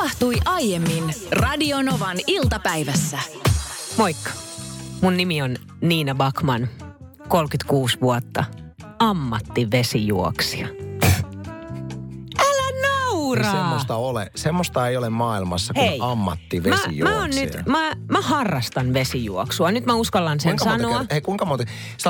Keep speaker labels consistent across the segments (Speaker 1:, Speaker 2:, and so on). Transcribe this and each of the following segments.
Speaker 1: tapahtui aiemmin Radionovan iltapäivässä.
Speaker 2: Moikka. Mun nimi on Niina Backman, 36 vuotta, ammattivesijuoksija. Älä nauraa!
Speaker 3: Semmoista ei ole maailmassa kuin ammattivesijuoksija.
Speaker 2: Mä harrastan vesijuoksua. Nyt mä uskallan sen sanoa.
Speaker 3: Kuinka monta?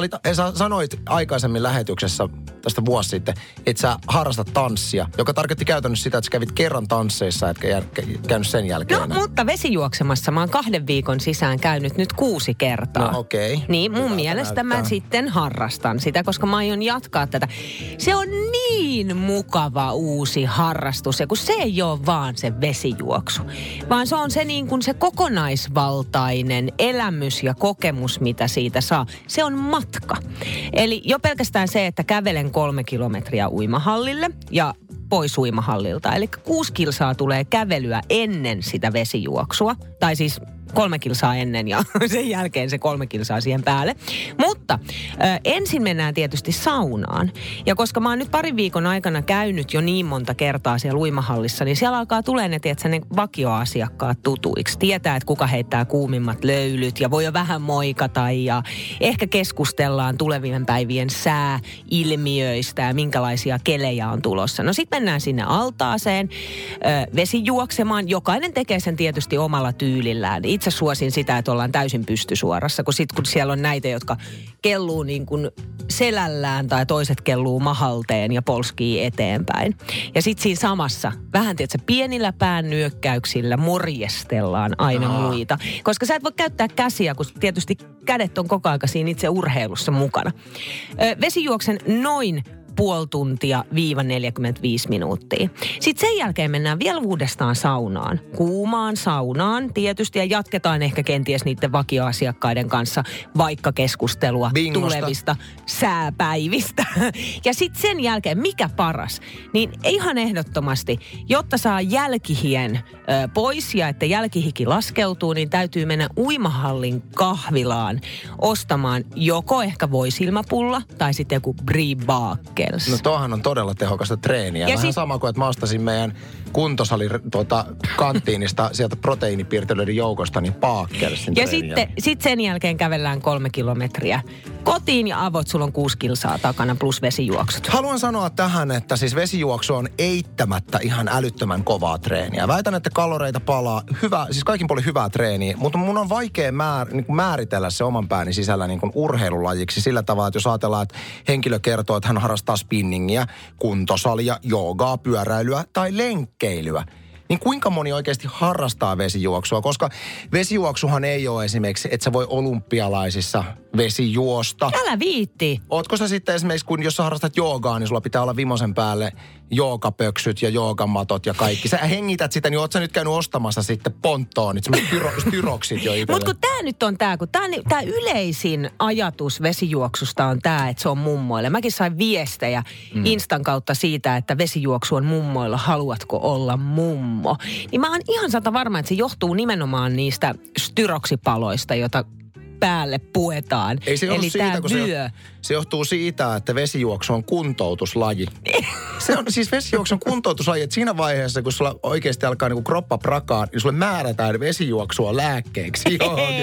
Speaker 3: Sä sanoit aikaisemmin lähetyksessä tästä vuosi sitten, että sä harrastat tanssia, joka tarkoitti käytännössä sitä, että sä kävit kerran tansseissa, etkä käynyt sen jälkeen.
Speaker 2: No, mutta vesijuoksemassa mä oon 2 viikon sisään käynyt nyt 6 kertaa.
Speaker 3: No okei.
Speaker 2: Niin mun mielestä mä sitten harrastan sitä, koska mä aion jatkaa tätä. Se on niin mukava uusi harrastus, ja kun se ei ole vaan se vesijuoksu, vaan se on se niin kuin se kokonaisvaltainen elämys ja kokemus, mitä siitä saa. Se on matka. Eli jo pelkästään se, että kävelen 3 kilometriä uimahallille ja pois uimahallilta. Eli 6 kilsaa tulee kävelyä ennen sitä vesijuoksua. Tai siis 3 kilsaa ennen ja sen jälkeen se 3 kilsaa siihen päälle. Mutta ensin mennään tietysti saunaan. Ja koska mä oon nyt 2 viikon aikana käynyt jo niin monta kertaa siellä uimahallissa, niin siellä alkaa tulee ne vakioasiakkaat tutuiksi. Tietää, että kuka heittää kuumimmat löylyt ja voi jo vähän moikata ja ehkä keskustellaan tulevien päivien sääilmiöistä ja minkälaisia kelejä on tulossa. No sit mennään sinne altaaseen vesijuoksemaan. Jokainen tekee sen tietysti omalla tyylillään. Itse suosin sitä, että ollaan täysin pystysuorassa, kun siellä on näitä, jotka kelluu niin kuin selällään tai toiset kelluu mahalteen ja polskii eteenpäin. Ja sitten siinä samassa vähän, tiedätkö, pienillä pään nyökkäyksillä morjestellaan aina muita. Koska sä et voi käyttää käsiä, kun tietysti kädet on koko aika siinä itse urheilussa mukana. Vesijuoksen noin 0,5 tuntia - 45 minuuttia. Sitten sen jälkeen mennään vielä uudestaan saunaan. Kuumaan saunaan tietysti ja jatketaan ehkä kenties niiden vakioasiakkaiden kanssa vaikka keskustelua tulevista sääpäivistä. Ja sitten sen jälkeen, mikä paras, niin ihan ehdottomasti, jotta saa jälkihien pois ja että jälkihiki laskeutuu, niin täytyy mennä uimahallin kahvilaan ostamaan joko ehkä voisilmapulla tai sitten joku Brie Bakel.
Speaker 3: No toihan on todella tehokasta treeniä. Vähän sama kuin, että mä ostasin meidän kuntosalin kanttiinista sieltä proteiinipiirtelyiden joukosta, niin Bakelsin treeniä.
Speaker 2: Ja sitten sen jälkeen kävellään 3 kilometriä kotiin ja avot, sulla on 6 kilsaa takana plus vesijuoksut.
Speaker 3: Haluan sanoa tähän, että siis vesijuoksu on eittämättä ihan älyttömän kovaa treeniä. Väitän, että kaloreita palaa siis kaikin puolin hyvää treeniä, mutta mun on vaikea määritellä se oman pääni sisällä niin kuin urheilulajiksi sillä tavalla, että jos ajatellaan, että henkilö kertoo, että hän harrastaa spinningiä, kuntosalia, joogaa, pyöräilyä tai lenkkeilyä, niin kuinka moni oikeasti harrastaa vesijuoksua? Koska vesijuoksuhan ei ole esimerkiksi, että sä voi olympialaisissa vesijuosta.
Speaker 2: Älä viitti.
Speaker 3: Ootko sä sitten esimerkiksi, jos sä harrastat joogaa, niin sulla pitää olla vimosen päälle joogapöksyt ja joogamatot ja kaikki. Sä hengität sitä, niin oot sä nyt käynyt ostamassa sitten ponttoonit, semmoiset styroksit jo itselle.
Speaker 2: Mutta kun tää nyt on kun tää yleisin ajatus vesijuoksusta on tää, että se on mummoille. Mäkin sain viestejä Instan kautta siitä, että vesijuoksu on mummoilla, haluatko olla mummo? Niin mä oon ihan varma, että se johtuu nimenomaan niistä styroksipaloista, jota päälle puetaan.
Speaker 3: Ei se johdu siitä, kun se johtuu siitä, että vesijuoksu on kuntoutuslaji. Se on siis vesijuoksu on kuntoutuslaji, että siinä vaiheessa, kun sulla oikeasti alkaa niinku kroppa prakaan, niin sulle määrätään vesijuoksua lääkkeeksi.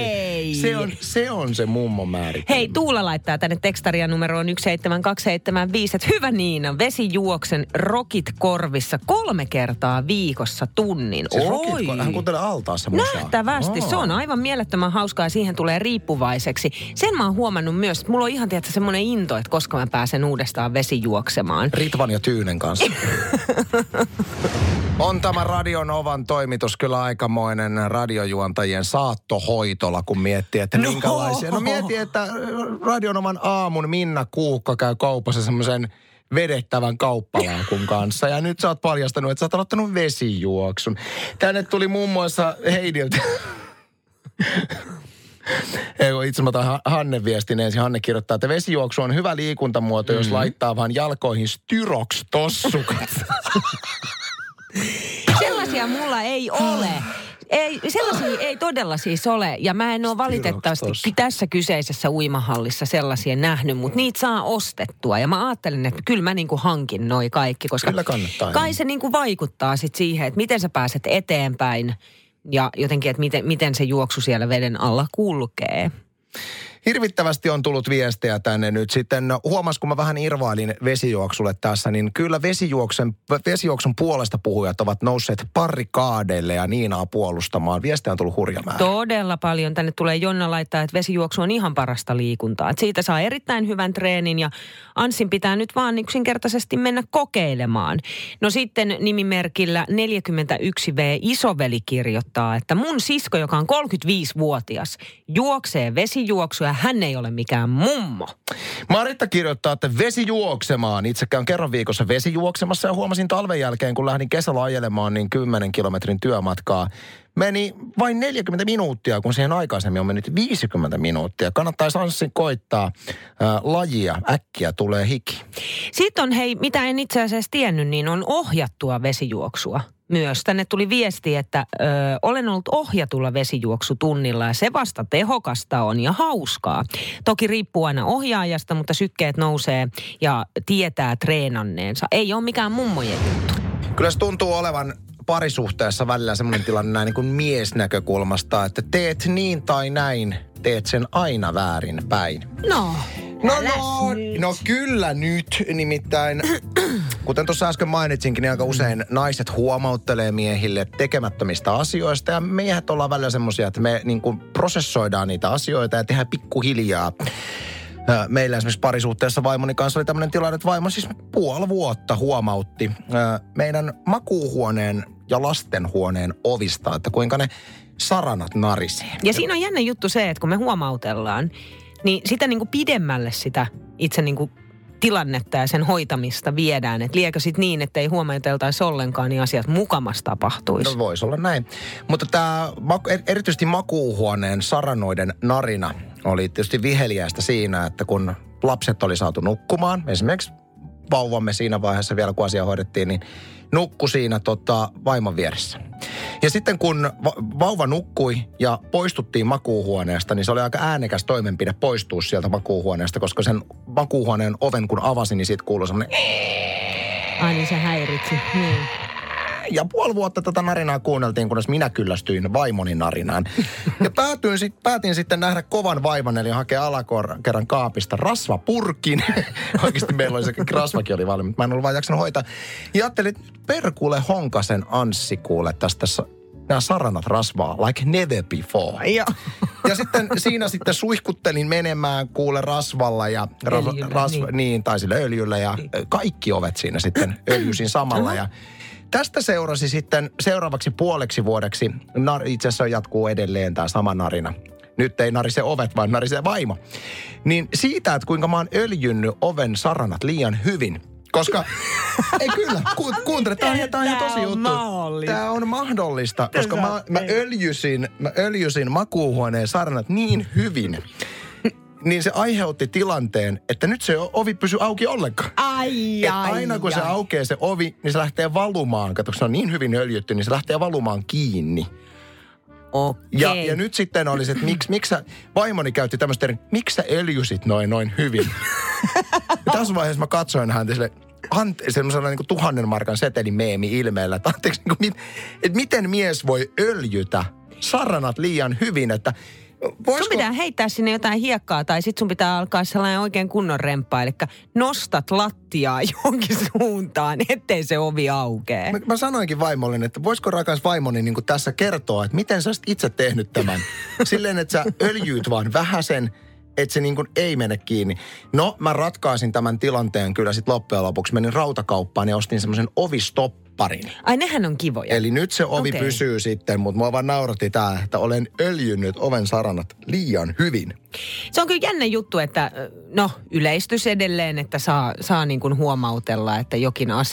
Speaker 3: Se on se mummon määritelmä.
Speaker 2: Hei, Tuula laittaa tänne tekstaria numeroon 17275, että hyvä Niina, vesijuoksen rokit korvissa 3 kertaa viikossa tunnin.
Speaker 3: Siis hän kuuntelee altaassa musaa.
Speaker 2: Nähtävästi. Se on aivan mielettömän hauskaa ja siihen tulee riippuvaiseksi. Sen mä oon huomannut myös, että mulla on ihan semmoinen into, että koska mä pääsen uudestaan vesijuoksemaan.
Speaker 3: Ritvan ja Tyynen kanssa. On tämä Radionovan toimitus kyllä aikamoinen radiojuontajien saattohoitola, kun miettii, että minkälaisia. No mieti, että Radionovan aamun Minna Kuukka käy kaupassa semmoisen vedettävän kauppalaukun kanssa. Ja nyt sä oot paljastanut, että sä oot aloittanut vesijuoksun. Tänne tuli muun muassa Heidiltä. Itse mä otan Hanne viestin ensin. Hanne kirjoittaa, että vesijuoksu on hyvä liikuntamuoto, jos laittaa vaan jalkoihin styroks-tossukat.
Speaker 2: Sellaisia mulla ei ole. Ei, sellaisia ei todella siis ole. Ja mä en ole valitettavasti tässä kyseisessä uimahallissa sellaisia nähnyt, mutta niitä saa ostettua. Ja mä ajattelin, että kyllä mä niinku hankin noi kaikki, koska
Speaker 3: kyllä kannattaa,
Speaker 2: kai se niinku vaikuttaa sit siihen, että miten sä pääset eteenpäin ja jotenkin, että miten se juoksu siellä veden alla kulkee.
Speaker 3: Hirvittävästi on tullut viestejä tänne nyt sitten. Huomas, kun mä vähän irvailin vesijuoksulle tässä, niin kyllä vesijuoksun puolesta puhujat ovat nousseet barrikaadeille ja Niinaa puolustamaan. Viestejä on tullut hurja määrä.
Speaker 2: Todella paljon. Tänne tulee Jonna laittaa, että vesijuoksu on ihan parasta liikuntaa. Että siitä saa erittäin hyvän treenin ja Anssin pitää nyt vaan yksinkertaisesti mennä kokeilemaan. No sitten nimimerkillä 41V Isoveli kirjoittaa, että mun sisko, joka on 35-vuotias, juoksee vesijuoksua. Hän ei ole mikään mummo.
Speaker 3: Maritta kirjoittaa, että vesijuoksemaan. Itse käyn kerran viikossa vesijuoksemassa ja huomasin talven jälkeen, kun lähdin kesällä ajelemaan, niin 10 kilometrin työmatkaa. Meni vain 40 minuuttia, kun siihen aikaisemmin on mennyt 50 minuuttia. Kannattaisi Anssin koittaa lajia. Äkkiä tulee hiki.
Speaker 2: Sitten on, hei, mitä en itse asiassa tiennyt, niin on ohjattua vesijuoksua myös. Tänne tuli viesti, että olen ollut ohjatulla vesijuoksutunnilla ja se vasta tehokasta on ja hauskaa. Toki riippuu aina ohjaajasta, mutta sykkeet nousee ja tietää treenanneensa. Ei ole mikään mummojen juttu.
Speaker 3: Kyllä se tuntuu olevan parisuhteessa välillä semmoinen tilanne näin niin kuin miesnäkökulmasta, että teet niin tai näin, teet sen aina väärin päin. No kyllä nyt, nimittäin kuten tuossa äsken mainitsinkin, niin aika usein naiset huomauttelee miehille tekemättömistä asioista ja miehet ollaan välillä semmoisia, että me niin kuin prosessoidaan niitä asioita ja tehdään pikkuhiljaa. Meillä esimerkiksi parisuhteessa vaimoni kanssa oli tämmöinen tilanne, että vaimo siis puoli vuotta huomautti meidän makuuhuoneen ja lastenhuoneen ovista, että kuinka ne saranat narisee.
Speaker 2: Ja siinä on jännä juttu se, että kun me huomautellaan, niin sitä niin kuin pidemmälle sitä itse niin kuin tilannetta ja sen hoitamista viedään. Että liekö sitten niin, että ei huomauteltaisi ollenkaan, niin asiat mukamas tapahtuisi.
Speaker 3: No voisi olla näin. Mutta tämä erityisesti makuuhuoneen saranoiden narina oli tietysti viheliäistä siinä, että kun lapset oli saatu nukkumaan, esimerkiksi vauvamme siinä vaiheessa vielä, kun asia hoidettiin, niin nukkui siinä vaimon vieressä. Ja sitten kun vauva nukkui ja poistuttiin makuuhuoneesta, niin se oli aika äänekäs toimenpide poistua sieltä makuuhuoneesta, koska sen makuuhuoneen oven kun avasi, niin siitä kuului semmoinen...
Speaker 2: Ai niin se häiritsi, niin.
Speaker 3: Ja puoli vuotta tätä narinaa kuunneltiin, kunnes minä kyllästyin vaimoni narinaan. Ja päätin sitten nähdä kovan vaivan, eli hakea alakerran kaapista rasvapurkin. Oikeasti meillä oli se rasvakin oli valmiin, mutta mä en ollut vaan jaksanut hoitaa. Ja ajattelin, että perkuule Honkasen Anssi kuule tästä nämä saranat rasvaa like never before.
Speaker 2: Ja
Speaker 3: siinä sitten suihkuttelin menemään kuule rasvalla ja niin, tai sillä öljyllä ja kaikki ovet siinä sitten öljysin samalla ja tästä seurasi sitten seuraavaksi puoleksi vuodeksi, itse asiassa jatkuu edelleen tämä sama narina. Nyt ei narise ovet, vaan narisee vaimo. Niin siitä, että kuinka mä oon öljynnyt oven saranat liian hyvin. Koska, ei kyllä, kuuntele, tämä on ihan tosi juttu. Tämä on mahdollista, koska mä öljysin makuuhuoneen saranat niin hyvin. Niin se aiheutti tilanteen, että nyt se ovi pysyy auki ollenkaan. Aina kun se aukeaa se ovi, niin se lähtee valumaan. Kato, kun se on niin hyvin öljytty, niin se lähtee valumaan kiinni.
Speaker 2: Okay.
Speaker 3: Ja nyt sitten oli se, että miksi vaimoni käytti tämmöistä, miksi sä öljysit noin hyvin? Ja tässä vaiheessa mä katsoin häntä semmoisella niin kuin 1000 markan setelimeemi ilmeellä. Että anteeksi, että miten mies voi öljytä saranat liian hyvin, että... Sun
Speaker 2: pitää heittää sinne jotain hiekkaa tai sit sun pitää alkaa sellainen oikein kunnon remppa. Eli nostat lattiaa jonkin suuntaan, ettei se ovi aukee.
Speaker 3: Mä sanoinkin vaimolle, että voisiko rakas vaimoni niin kuin tässä kertoa, että miten sä olisit itse tehnyt tämän. Silleen, että sä öljyt vaan vähäsen, että se niin kuin ei mene kiinni. No, mä ratkaisin tämän tilanteen kyllä sit loppujen lopuksi. Menin rautakauppaan ja ostin semmoisen ovistopparin.
Speaker 2: Ai nehän on kivoja.
Speaker 3: Eli nyt se ovi pysyy sitten, mutta mua vaan nauratti tää, että olen öljynnyt oven saranat liian hyvin.
Speaker 2: Se on kyllä jännä juttu, että yleistys edelleen, että saa niin kuin huomautella, että jokin asia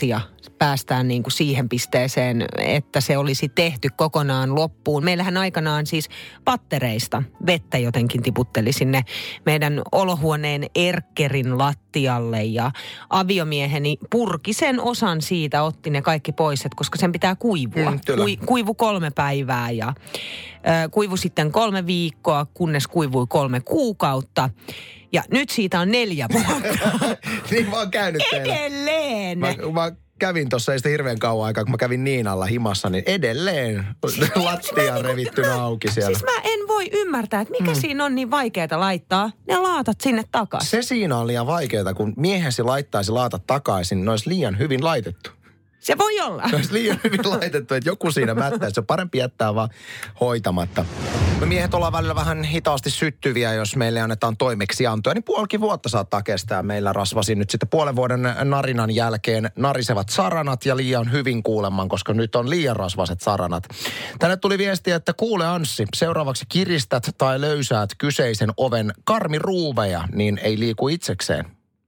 Speaker 2: päästään niin kuin siihen pisteeseen, että se olisi tehty kokonaan loppuun. Meillähän aikanaan siis pattereista vettä jotenkin tiputteli sinne meidän olohuoneen erkkerin lattialle ja aviomieheni purki sen osan siitä, otti ne kaikki pois, koska sen pitää kuivua. Kuivu 3 päivää ja kuivu sitten 3 viikkoa, kunnes kuivui 3 kuukautta. Ja nyt siitä on 4 vuotta.
Speaker 3: Niin mä oon käynyt teillä.
Speaker 2: Edelleen!
Speaker 3: Mä kävin tuossa, ei sitä hirveän kauan aikaa, kun mä kävin Niinalla himassa, niin edelleen lattia on revittynä auki siellä.
Speaker 2: Siis mä en voi ymmärtää, että mikä siinä on niin vaikeaa laittaa ne laatat sinne takaisin.
Speaker 3: Se siinä on liian vaikeaa, kun miehesi laittaisi laatat takaisin, niin ne olisi liian hyvin laitettu.
Speaker 2: Se voi olla.
Speaker 3: Se olisi liian hyvin laitettu, että joku siinä mättäisi. Se on parempi jättää vaan hoitamatta. Me miehet ollaan välillä vähän hitaasti syttyviä, jos meille annetaan toimeksiantoja, niin puolikin vuotta saattaa kestää. Meillä rasvasi nyt sitten puolen vuoden narinan jälkeen narisevat saranat ja liian hyvin kuulemman, koska nyt on liian rasvaset saranat. Tänne tuli viestiä, että kuule Anssi, seuraavaksi kiristät tai löysäät kyseisen oven karmiruuveja, niin ei liiku itsekseen.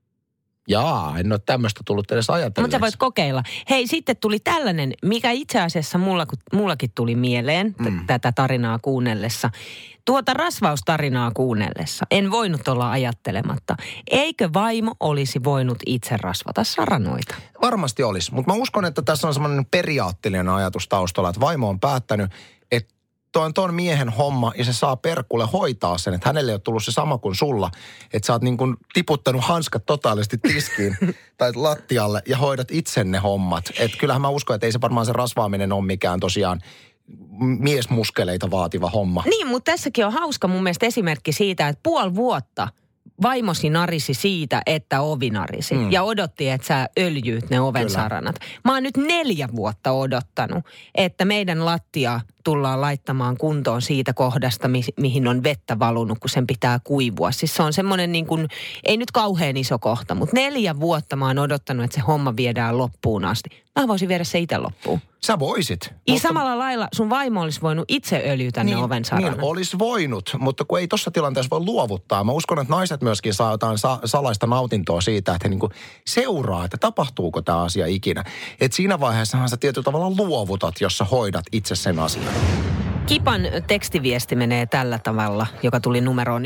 Speaker 3: Jaa, en ole tämmöistä tullut edes ajatelleeksi.
Speaker 2: Mutta sä voit kokeilla. Hei, sitten tuli tällainen, mikä itse asiassa mullakin tuli mieleen tätä tarinaa kuunnellessa. Tuota rasvaustarinaa kuunnellessa en voinut olla ajattelematta. Eikö vaimo olisi voinut itse rasvata saranoita?
Speaker 3: Varmasti olisi, mutta mä uskon, että tässä on semmoinen periaatteellinen ajatus taustalla, että vaimo on päättänyt, että tuon miehen homma ja se saa perkulle hoitaa sen, että hänelle ei ole tullut se sama kuin sulla, että sä oot niin kuin tiputtanut hanskat totaalisesti tiskiin tai lattialle ja hoidat itse ne hommat. Että kyllähän mä uskon, että ei se varmaan se rasvaaminen ole mikään tosiaan miesmuskeleita vaativa homma.
Speaker 2: Niin, mutta tässäkin on hauska mun mielestä esimerkki siitä, että 5 vuotta vaimosi narisi siitä, että ovi narisi. Ja odotti, että sä öljyt ne oven saranat. Mä oon nyt 4 vuotta odottanut, että meidän lattia tullaan laittamaan kuntoon siitä kohdasta, mihin on vettä valunut, kun sen pitää kuivua. Siis se on semmoinen niin kuin, ei nyt kauhean iso kohta, mutta 4 vuotta mä oon odottanut, että se homma viedään loppuun asti. Mä voisin viedä se itse loppuun.
Speaker 3: Sä voisit.
Speaker 2: Samalla lailla sun vaimo olisi voinut itse öljytä ne oven saranat.
Speaker 3: Niin, olisi voinut, mutta kun ei tuossa tilanteessa voi luovuttaa. Mä uskon, että naiset myöskin saa jotain salaista nautintoa siitä, että he niinku seuraa, että tapahtuuko tämä asia ikinä. Että siinä vaiheessahan sä tietyllä tavalla luovutat, jos sä hoidat itse sen asian.
Speaker 2: Kipan tekstiviesti menee tällä tavalla, joka tuli numeroon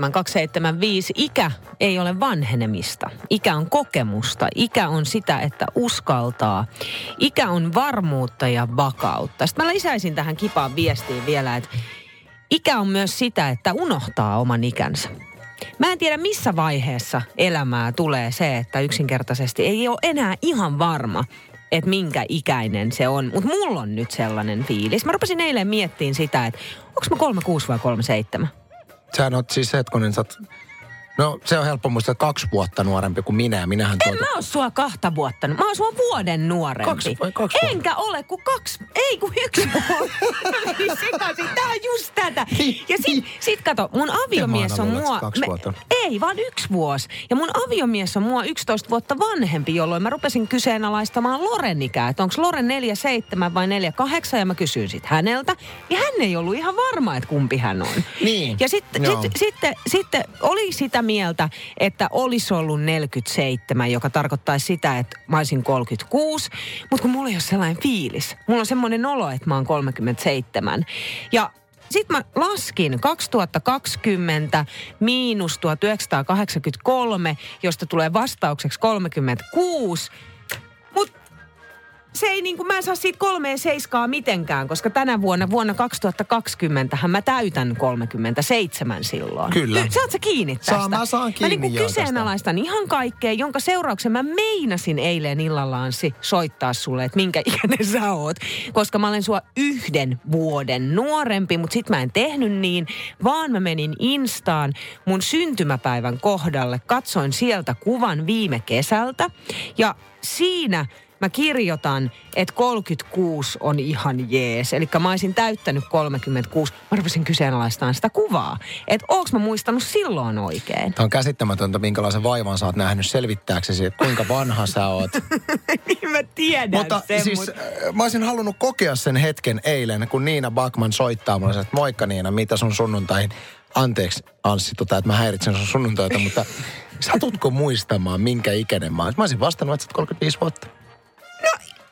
Speaker 2: 17275. Ikä ei ole vanhenemista. Ikä on kokemusta. Ikä on sitä, että uskaltaa. Ikä on varmuutta ja vakautta. Sitten mä lisäisin tähän Kipan viestiin vielä, että ikä on myös sitä, että unohtaa oman ikänsä. Mä en tiedä, missä vaiheessa elämää tulee se, että yksinkertaisesti ei ole enää ihan varma, että minkä ikäinen se on. Mutta mulla on nyt sellainen fiilis. Mä rupesin eilen miettimään sitä, että onko mä 36 vai 37?
Speaker 3: Sähän oot siis hetkonen, no se on helppo muistaa, 2 vuotta nuorempi kuin minä. Minähän
Speaker 2: en mä oo sua 2 vuotta. Mä oon sua vuoden nuorempi.
Speaker 3: 2 vuotta?
Speaker 2: Enkä ole kuin 1 vuotta. Sekaisin, tää on just tätä. Ja sit kato, mun aviomies on mua...
Speaker 3: 2 vuotta.
Speaker 2: Ei, vaan 1 vuosi. Ja mun aviomies on mua 11 vuotta vanhempi, jolloin mä rupesin kyseenalaistamaan Loren ikää. Että onko Loren 47 vai 48, ja mä kysyin sit häneltä. Ja hän ei ollut ihan varma, että kumpi hän on.
Speaker 3: Niin.
Speaker 2: Ja sitten oli sitä mieltä, että olisi ollut 47, joka tarkoittaisi sitä, että mä olisin 36. Mutta kun mulla ei ole sellainen fiilis. Mulla on semmoinen olo, että mä oon 37. Ja sitten mä laskin 2020 miinus 1983, josta tulee vastaukseksi 36. Mutta se ei niin kuin, mä en saa siitä 3/7 mitenkään, koska tänä vuonna 2020 mä täytän 37 silloin.
Speaker 3: Kyllä.
Speaker 2: Saat sä kiinni tästä?
Speaker 3: Mä saan kiinni.
Speaker 2: Mä niin kuin kyseenalaistan ihan kaikkea, jonka seurauksen mä meinasin eilen illalla Anssi soittaa sulle, että minkä ikäinen sä oot. Koska mä olen sua 1 vuoden nuorempi, mutta sit mä en tehnyt niin, vaan mä menin Instaan mun syntymäpäivän kohdalle. Katsoin sieltä kuvan viime kesältä ja siinä mä kirjoitan, että 36 on ihan jees. Eli mä olisin täyttänyt 36. Mä rupesin kyseenalaistamaan sitä kuvaa. Että oonko mä muistanut silloin oikein?
Speaker 3: Tämä on käsittämätöntä, minkälaisen vaivan sä oot nähnyt selvittääksesi, että kuinka vanha sä oot.
Speaker 2: Niin mä tiedän
Speaker 3: mutta
Speaker 2: sen.
Speaker 3: Siis mä olisin halunnut kokea sen hetken eilen, kun Niina Backman soittaa mulle, että moikka Niina, mitä sun sunnuntaihin? Anteeksi Anssi, että mä häiritsen sun sunnuntaita, mutta satutko muistamaan, minkä ikäinen mä oon? Mä olisin vastannut, että sä oot 35 vuotta.
Speaker 2: No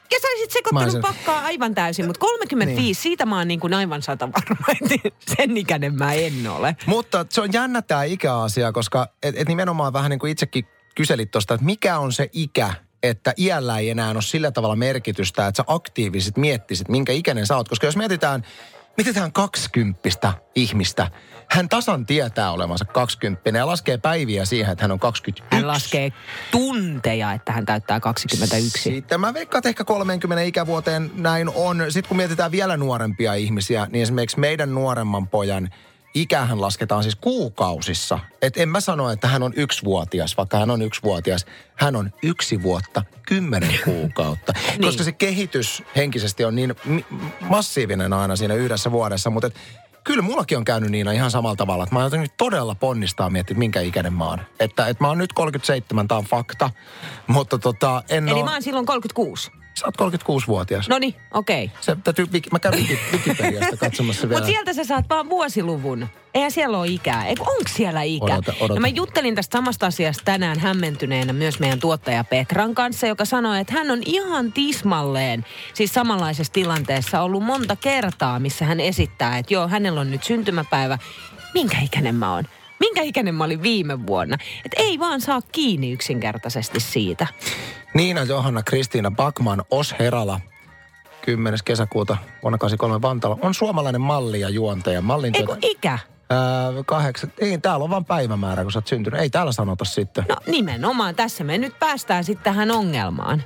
Speaker 2: Ja sä olisit sekoittanut pakkaa aivan täysin, mutta 35, siitä mä oon niin kuin aivan 100 varma, että sen ikäinen mä en ole.
Speaker 3: Mutta se on jännä tää ikäasia, koska et nimenomaan vähän niin kuin itsekin kyselit tuosta, että mikä on se ikä, että iällä ei enää ole sillä tavalla merkitystä, että sä aktiivisit miettisit, minkä ikäinen sä oot. Koska jos mietitään 20 ihmistä, hän tasan tietää olevansa 20 ja laskee päiviä siihen, että hän on 21.
Speaker 2: Hän laskee tunteja, että hän täyttää 21.
Speaker 3: Sitten mä veikkaan, että ehkä 30 ikävuoteen näin on. Sitten kun mietitään vielä nuorempia ihmisiä, niin esimerkiksi meidän nuoremman pojan ikähän lasketaan siis kuukausissa. Et en mä sano, että hän on 1-vuotias, vaikka hän on 1-vuotias. Hän on 1 vuotta 10 kuukautta. niin. Koska se kehitys henkisesti on niin massiivinen aina siinä yhdessä vuodessa. Mutta kyllä mullakin on käynyt niin ihan samalla tavalla, että mä oon todella ponnistaa miettiä, minkä ikäinen mä oon. Että mä oon nyt 37, tää on fakta. Mutta
Speaker 2: Eli mä oon silloin 36.
Speaker 3: Sä oot 36-vuotias.
Speaker 2: Noniin, okei.
Speaker 3: Mä käyn Wikipediasta katsomassa vielä.
Speaker 2: Mutta sieltä sä saat vaan vuosiluvun. Eihän siellä ole ikää. Onko siellä ikä?
Speaker 3: Odota.
Speaker 2: Ja mä juttelin tästä samasta asiasta tänään hämmentyneenä myös meidän tuottaja Petran kanssa, joka sanoi, että hän on ihan tismalleen, siis samanlaisessa tilanteessa ollut monta kertaa, missä hän esittää, että joo, hänellä on nyt syntymäpäivä. Minkä ikäinen mä oon? Minkä ikäinen mä olin viime vuonna? Että ei vaan saa kiinni yksinkertaisesti siitä.
Speaker 3: Niina Johanna Kristiina Backman Osherala 10. kesäkuuta vuonna 1983 Vantaalla on suomalainen malli ja juontaja.
Speaker 2: Eiku ikä?
Speaker 3: 8. Ei, täällä on vaan päivämäärä, kun sä oot syntynyt. Ei täällä sanota sitten.
Speaker 2: No nimenomaan, tässä me nyt päästään sitten tähän ongelmaan.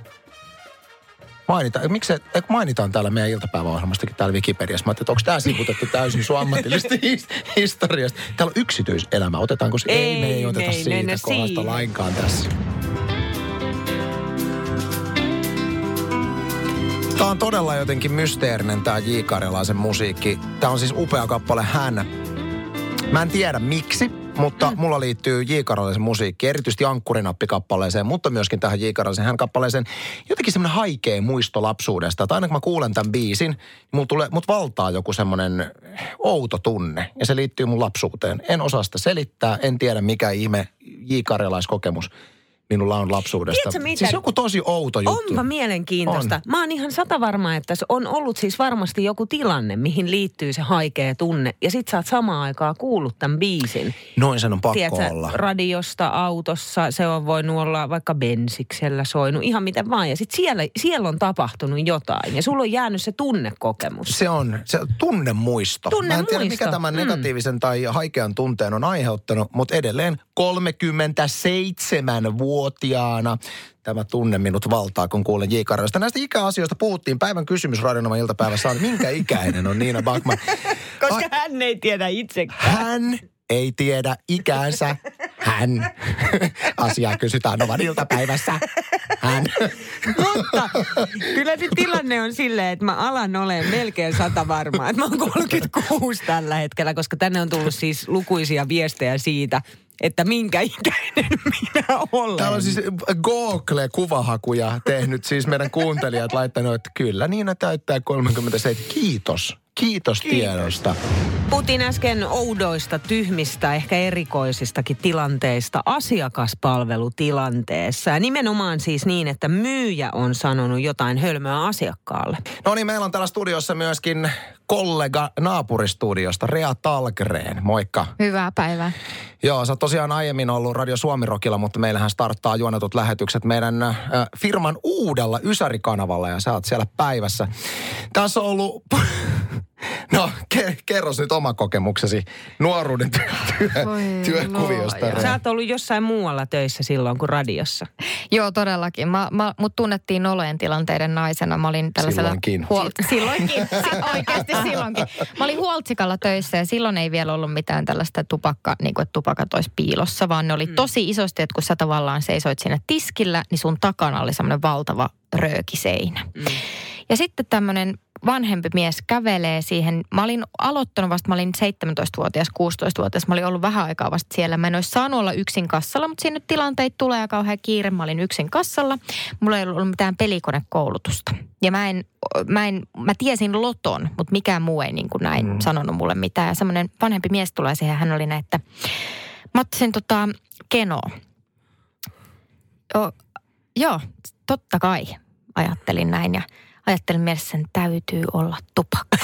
Speaker 3: Mainitaan täällä meidän iltapäiväohjelmastakin täällä Wikipediassa. Mä ajattelin, että onko tää sivutettu täysin sun ammatillisesta historiasta. Täällä on yksityiselämä. Otetaanko se? Ei, me ei oteta siitä kohdasta lainkaan tässä. Tää on todella jotenkin mysteerinen tää J. Karjalaisen musiikki. Tää on siis upea kappale Hän. Mä en tiedä miksi, mutta mulla liittyy J. Karjalaisen musiikki, erityisesti Ankkurinappi-kappaleeseen, mutta myöskin tähän J. Karjalaisen Hän-kappaleeseen. Jotenkin semmoinen haikea muisto lapsuudesta. Tai aina kun mä kuulen tämän biisin, niin mut valtaa joku semmoinen outo tunne. Ja se liittyy mun lapsuuteen. En osaa sitä selittää, en tiedä mikä ihme J. Karjalaiskokemus minulla on lapsuudesta. Siis joku tosi outo juttu.
Speaker 2: Onpa mielenkiintoista. Mä oon ihan 100 varma, että se on ollut siis varmasti joku tilanne, mihin liittyy se haikea tunne. Ja sit sä oot samaan aikaan kuullut tämän biisin.
Speaker 3: Noin sen on pakko
Speaker 2: Tiedätkö,
Speaker 3: olla.
Speaker 2: Radiosta, autossa, se on voinut olla vaikka bensiksellä soinut, ihan miten vaan. Ja sit siellä on tapahtunut jotain ja sulla on jäänyt se tunnekokemus.
Speaker 3: Se on tunnemuisto. Mä en tiedä, mikä tämän negatiivisen tai haikean tunteen on aiheuttanut, mutta edelleen 37-vuotiaana tämä tunne minut valtaa, kun kuulen J. Karjalasta. Näistä ikäasioista puhuttiin. Päivän kysymys Radionovan iltapäivässä on, minkä ikäinen on Niina Backman?
Speaker 2: Koska hän ei tiedä itsekään.
Speaker 3: Hän ei tiedä ikäänsä. Hän. Asiaa kysytään Novan iltapäivässä. Hän.
Speaker 2: Mutta kyllä se tilanne on silleen, että mä alan olemaan melkein 100 varmaa, että mä oon 36 tällä hetkellä, koska tänne on tullut siis lukuisia viestejä siitä, että minkä ikäinen minä olen.
Speaker 3: Täällä on siis Google-kuvahakuja tehnyt siis meidän kuuntelijat laittanut, että kyllä Niina täyttää 37. Kiitos tiedosta.
Speaker 2: Puhuttiin äsken oudoista, tyhmistä, ehkä erikoisistakin tilanteista asiakaspalvelutilanteessa. Ja nimenomaan siis niin, että myyjä on sanonut jotain hölmöä asiakkaalle.
Speaker 3: No niin, meillä on täällä studiossa myöskin kollega naapuristudiosta, Rea Talgren. Moikka.
Speaker 4: Hyvää päivää.
Speaker 3: Joo, sä oot tosiaan aiemmin ollut Radio Suomi-Rockilla, mutta meillähän starttaa juonetut lähetykset meidän firman uudella Ysäri-kanavalla ja sä oot siellä päivässä. Tässä on ollut... No, kerros nyt oma kokemuksesi nuoruuden työkuviosta.
Speaker 2: Sä oot ollut jossain muualla töissä silloin kuin radiossa.
Speaker 4: Joo, todellakin. Mut tunnettiin olojen tilanteiden naisena. Mä olin tällaisella... Silloinkin. Oikeasti silloinkin. Mä olin Huoltsikalla töissä ja silloin ei vielä ollut mitään tällaista niin kuin, että tupakat olisi piilossa, vaan ne oli tosi isosti, että kun sä tavallaan seisoit siinä tiskillä, niin sun takana oli semmoinen valtava röökiseinä. Ja sitten tämmöinen vanhempi mies kävelee siihen. Mä olin aloittanut vasta, mä olin 17-vuotias, 16-vuotias. Mä olin ollut vähän aikaa vasta siellä. Mä en olisi saanut olla yksin kassalla, mutta siinä nyt tilanteita tulee ja kauhean kiire. Mä olin yksin kassalla. Mulla ei ollut mitään pelikonekoulutusta. Ja mä tiesin loton, mutta mikään muu ei niin kuin näin sanonut mulle mitään. Ja semmoinen vanhempi mies tulee siihen, hän oli näin, että mä ottaisin Kenoa. Joo, totta kai. ajattelin näin ja ajattelin mielessä, sen täytyy olla tupakka.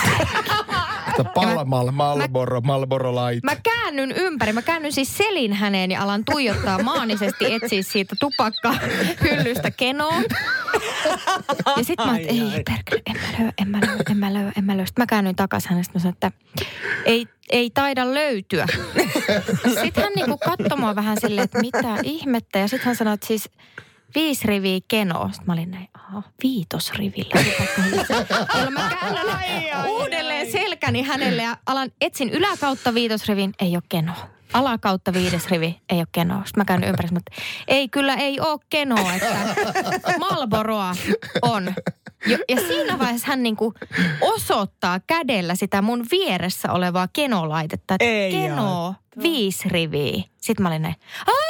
Speaker 3: Marlboro Light.
Speaker 4: Mä käännyn ympäri. Mä käännyn siis selin häneen ja alan tuijottaa maanisesti, etsiä siitä tupakkahyllystä kenoa. Ja sit mä ei perkele, en mä löydä. Sitten mä käännyin takaisin hänestä. Mä sanoin, että ei taida löytyä. Sitten hän niinku katsoi mua vähän silleen, että mitä ihmettä. Ja sitten hän sanoi, että siis 5 riviä kenoa. Sitten mä olin näin, 5 rivillä. Jolloin mä käännän uudelleen selkäni hänelle ja etsin yläkautta 5 rivin, ei ole kenoa. Alakautta 5 rivi, ei ole kenoa. Sitten mä käyn ympäri, mutta ei ole kenoa, että Marlboroa on. Ja siinä vaiheessa hän niinku osoittaa kädellä sitä mun vieressä olevaa kenolaitetta. Että kenoa, 5 riviä. Sitten mä olin näin.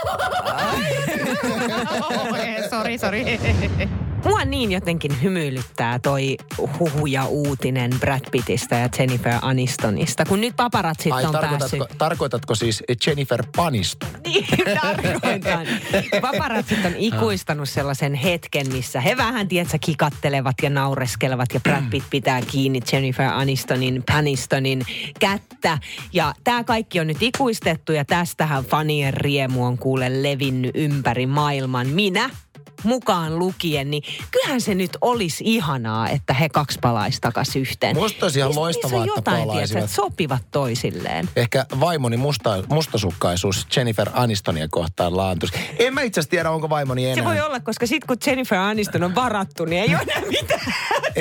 Speaker 4: Sori.
Speaker 2: Mua niin jotenkin hymyilyttää toi huhu ja uutinen Brad Pittistä ja Jennifer Anistonista, kun nyt paparatsit on päässyt.
Speaker 3: Tarkoitatko siis Jennifer Paniston?
Speaker 2: Niin, tarkoitan. Paparatsit on ikuistanut sellaisen hetken, missä he vähän, tiedätkö, kikattelevat ja naureskelevat ja Brad Pitt pitää kiinni Jennifer Panistonin kättä. Ja tää kaikki on nyt ikuistettu ja tästähän fanien riemu on kuule levinnyt ympäri maailman. Minä mukaan lukien, niin kyllähän se nyt olisi ihanaa, että he 2 palaisi takaisin yhteen.
Speaker 3: Musta olisi ihan loistavaa, että palaisivat.
Speaker 2: Että sopivat toisilleen.
Speaker 3: Ehkä vaimoni mustasukkaisuus Jennifer Anistonia kohtaan laantuisi. En mä itse asiassa tiedä, onko vaimoni enää.
Speaker 2: Se voi olla, koska sit kun Jennifer Aniston on varattu, niin ei ole enää mitään.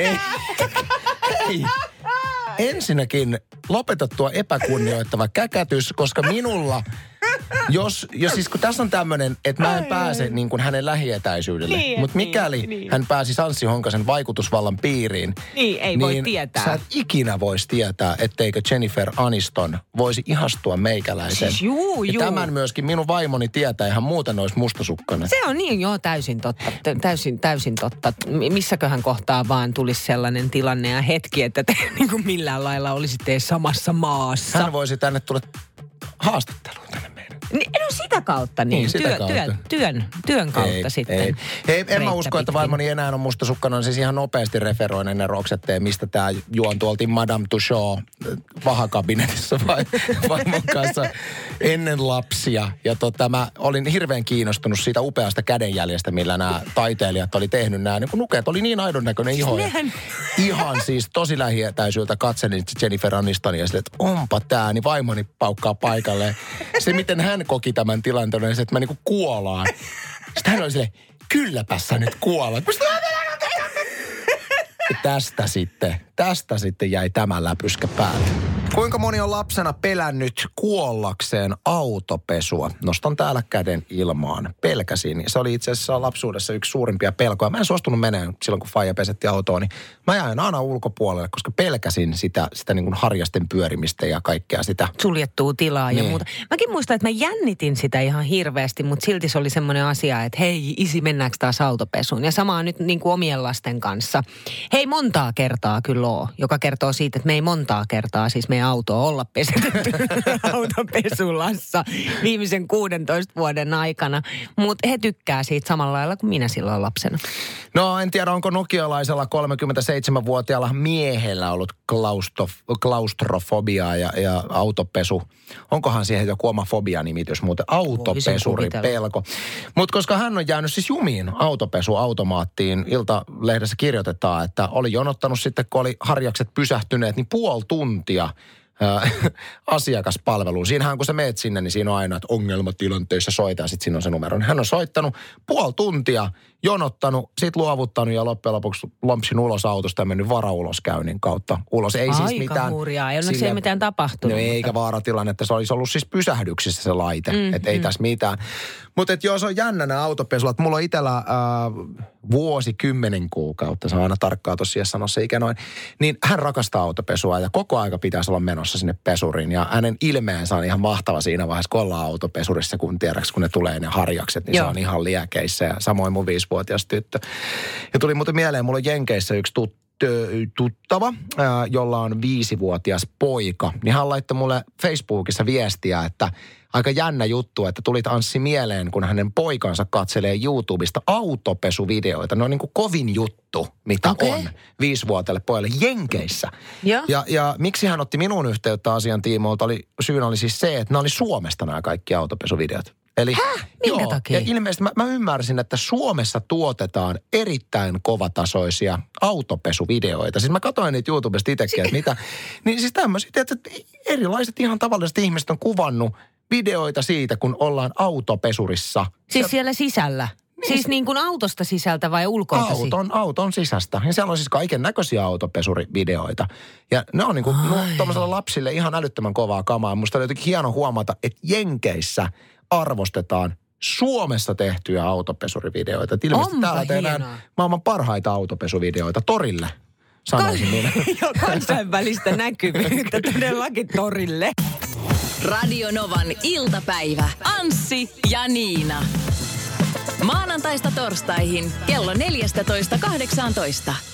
Speaker 3: Ei. Ensinnäkin lopeta tuo epäkunnioittava käkätys, koska minulla, jos siis kun tässä on tämmöinen, että mä en pääse niin kuin hänen lähietäisyydelle, mutta mikäli hän pääsi Anssi Honkasen vaikutusvallan piiriin,
Speaker 2: ei voi tietää.
Speaker 3: Sä et ikinä voisi tietää, etteikö Jennifer Aniston voisi ihastua meikäläiseen.
Speaker 2: Siis juu.
Speaker 3: Ja tämän myöskin minun vaimoni tietää, ihan muuten olisi mustasukkainen.
Speaker 2: Se on niin, täysin totta. Täysin totta. Missäköhän kohtaa vaan tulisi sellainen tilanne ja hetki, että te niin kuin millään lailla olisitte samassa maassa.
Speaker 3: Hän voisi tänne tulla haastatteluun tänne meidän.
Speaker 2: No sitä kautta niin.
Speaker 3: Sitä kautta.
Speaker 2: Työn kautta sitten.
Speaker 3: Hei, en mä usko, että vaimoni enää on mustasukkana. Siis ihan nopeasti referoin ne roksetteen, mistä tää juontu oltiin Madame Tussauds vahakabinetissa vaimon kanssa ennen lapsia. Ja mä olin hirveän kiinnostunut siitä upeasta kädenjäljestä, millä nämä taiteilijat oli tehnyt nämä. Niin nukeet oli niin aidon näköinen iho. Ihan siis tosi lähietäisyydeltä katselin Jennifer Anistonia sille, että onpa tää, niin vaimoni paukkaa paikalle. Se, miten hän koki tämän tilanteen, on se, että mä niinku kuolaan. Sitten hän oli silleen, kylläpä sä nyt kuolat. Tästä sitten jäi tämä läpyskä päälle. Kuinka moni on lapsena pelännyt kuollakseen autopesua? Nostan täällä käden ilmaan. Pelkäsin. Se oli itse asiassa lapsuudessa yksi suurimpia pelkoja. Mä en suostunut menemään silloin, kun faija pesetti autoa, niin mä jäin aina ulkopuolelle, koska pelkäsin sitä niin kuin harjasten pyörimistä ja kaikkea sitä.
Speaker 2: Suljettua tilaa ja muuta. Mäkin muistan, että mä jännitin sitä ihan hirveästi, mutta silti se oli semmoinen asia, että hei isi, mennäänkö taas autopesuun? Ja samaa nyt niin kuin omien lasten kanssa. Hei, montaa kertaa kyllä oo, joka kertoo siitä, että me ei montaa kertaa, siis meidän autoa olla pesetetty autopesulassa viimeisen 16 vuoden aikana. Mutta he tykkää siitä samalla lailla kuin minä silloin lapsena.
Speaker 3: No en tiedä, onko nokialaisella 37-vuotiaalla miehellä ollut klaustrofobiaa ja autopesu. Onkohan siihen joku oma fobianimitys muuten? Autopesuripelko. Mutta koska hän on jäänyt siis jumiin autopesuautomaattiin, Ilta-lehdessä kirjoitetaan, että oli jonottanut sitten, kun oli harjakset pysähtyneet, niin 0,5 tuntia asiakaspalveluun. Siinähän kun sä meet sinne, niin siinä on aina, että ongelmatilanteissa soita ja sitten siinä on se numero. Hän on soittanut 0,5 tuntia, jonottanut, sit luovuttanut ja loppujen lopuksi lompsin ulos autosta ja mennyt varauloskäynnin kautta ulos. Ei siis mitään.
Speaker 2: Hurjaa, ei mitään tapahtunut.
Speaker 3: No, eikä vaaratilanne, että se olisi ollut siis pysähdyksissä se laite, että ei tässä mitään. Mutta joo, se on jännä nämä autopesulat. Mulla on itsellä vuosi 10 kuukautta, se on aina tarkkaa tosiaan sanoa se ikä noin. Niin hän rakastaa autopesua ja koko aika pitäisi olla menossa sinne pesuriin. Ja hänen ilmeensä on ihan mahtava siinä vaiheessa, kun ollaan autopesurissa, kun tiedäks, kun ne tulee ne harjakset, niin se on ihan liekeissä. Ja samoin mun 5-vuotias tyttö. Ja tuli muuten mieleen, mulla on Jenkeissä yksi tuttava, jolla on 5-vuotias poika, niin hän laittoi mulle Facebookissa viestiä, että aika jännä juttu, että tulit Anssi mieleen, kun hänen poikansa katselee YouTubesta autopesuvideoita. Ne on niin kuin kovin juttu, mitä on 5-vuotiaille pojalle Jenkeissä. Ja miksi hän otti minun yhteyttä asian tiimoilta, syynä oli siis se, että nämä oli Suomesta nämä kaikki autopesuvideot. Eli,
Speaker 2: minkä takia?
Speaker 3: Ja ilmeisesti mä ymmärsin, että Suomessa tuotetaan erittäin kovatasoisia autopesuvideoita. Siis mä katsoin niitä YouTubesta itsekin, että mitä. Niin siis tämmöisiä, että erilaiset ihan tavalliset ihmiset on kuvannut videoita siitä, kun ollaan autopesurissa.
Speaker 2: Siis siellä sisällä? Siis niin kuin autosta sisältä vai ulkoilta?
Speaker 3: Auton sisästä. Ja siellä on siis kaiken näköisiä autopesurivideoita. Ja ne on niin kuin tuollaiselle lapsille ihan älyttömän kovaa kamaa. Musta oli jotenkin hieno huomata, että Jenkeissä arvostetaan Suomessa tehtyjä autopesurivideoita. Et ilmeisesti täällä tehdään maailman parhaita autopesuvideoita torille, sanoisin minä.
Speaker 2: Kansainvälistä näkyvyyttä todellakin torille.
Speaker 1: Radio Novan iltapäivä. Anssi ja Niina. Maanantaista torstaihin kello 14.18.